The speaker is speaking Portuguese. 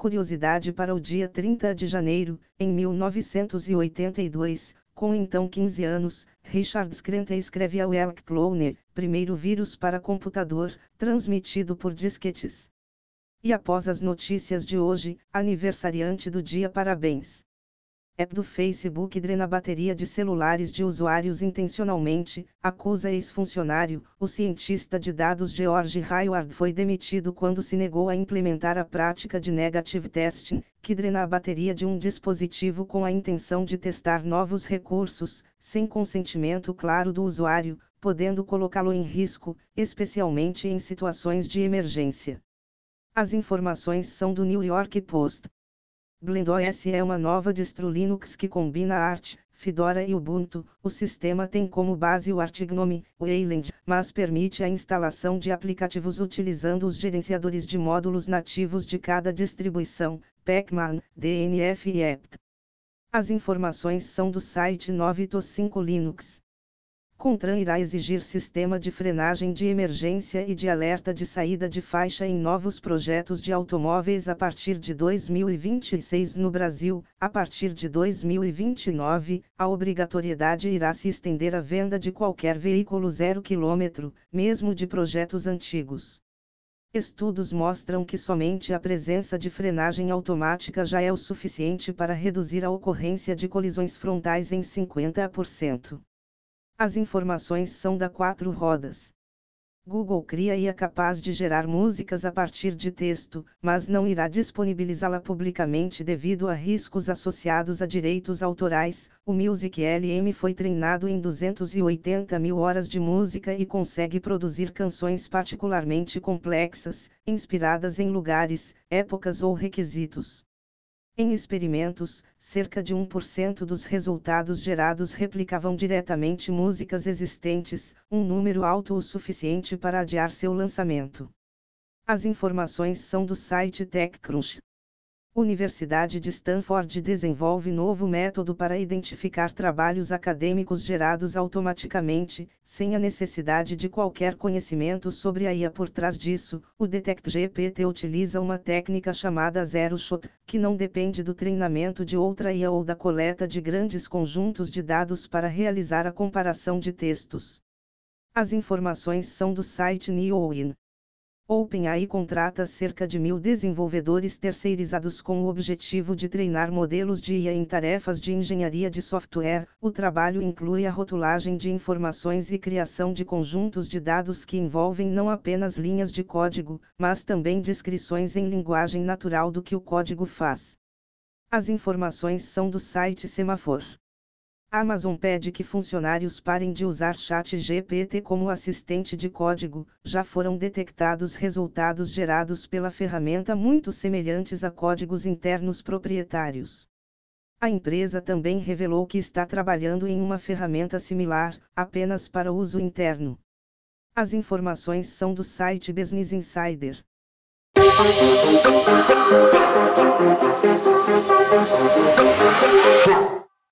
Curiosidade para o dia 30 de janeiro, em 1982, com então 15 anos, Richard Scrante escreve a Welk Clone, primeiro vírus para computador, transmitido por disquetes. E após as notícias de hoje, aniversariante do dia, parabéns. App do Facebook drena a bateria de celulares de usuários intencionalmente, acusa ex-funcionário. O cientista de dados George Hayward foi demitido quando se negou a implementar a prática de negative testing, que drena a bateria de um dispositivo com a intenção de testar novos recursos, sem consentimento claro do usuário, podendo colocá-lo em risco, especialmente em situações de emergência. As informações são do New York Post. BlendOS é uma nova distro Linux que combina Arch, Fedora e Ubuntu. O sistema tem como base o Archgnome, Wayland, mas permite a instalação de aplicativos utilizando os gerenciadores de módulos nativos de cada distribuição, Pacman, DNF e apt. As informações são do site 9to5 Linux. CONTRAN irá exigir sistema de frenagem de emergência e de alerta de saída de faixa em novos projetos de automóveis a partir de 2026 no Brasil. A partir de 2029, a obrigatoriedade irá se estender à venda de qualquer veículo 0 km, mesmo de projetos antigos. Estudos mostram que somente a presença de frenagem automática já é o suficiente para reduzir a ocorrência de colisões frontais em 50%. As informações são da 4 Rodas. Google cria IA capaz de gerar músicas a partir de texto, mas não irá disponibilizá-la publicamente devido a riscos associados a direitos autorais. O Music LM foi treinado em 280 mil horas de música e consegue produzir canções particularmente complexas, inspiradas em lugares, épocas ou requisitos. Em experimentos, cerca de 1% dos resultados gerados replicavam diretamente músicas existentes, um número alto o suficiente para adiar seu lançamento. As informações são do site TechCrunch. Universidade de Stanford desenvolve novo método para identificar trabalhos acadêmicos gerados automaticamente, sem a necessidade de qualquer conhecimento sobre a IA por trás disso. O DetectGPT utiliza uma técnica chamada Zero Shot, que não depende do treinamento de outra IA ou da coleta de grandes conjuntos de dados para realizar a comparação de textos. As informações são do site Neowin. OpenAI contrata cerca de 1.000 desenvolvedores terceirizados com o objetivo de treinar modelos de IA em tarefas de engenharia de software. O trabalho inclui a rotulagem de informações e criação de conjuntos de dados que envolvem não apenas linhas de código, mas também descrições em linguagem natural do que o código faz. As informações são do site Semaphore. A Amazon pede que funcionários parem de usar ChatGPT como assistente de código. Já foram detectados resultados gerados pela ferramenta muito semelhantes a códigos internos proprietários. A empresa também revelou que está trabalhando em uma ferramenta similar, apenas para uso interno. As informações são do site Business Insider.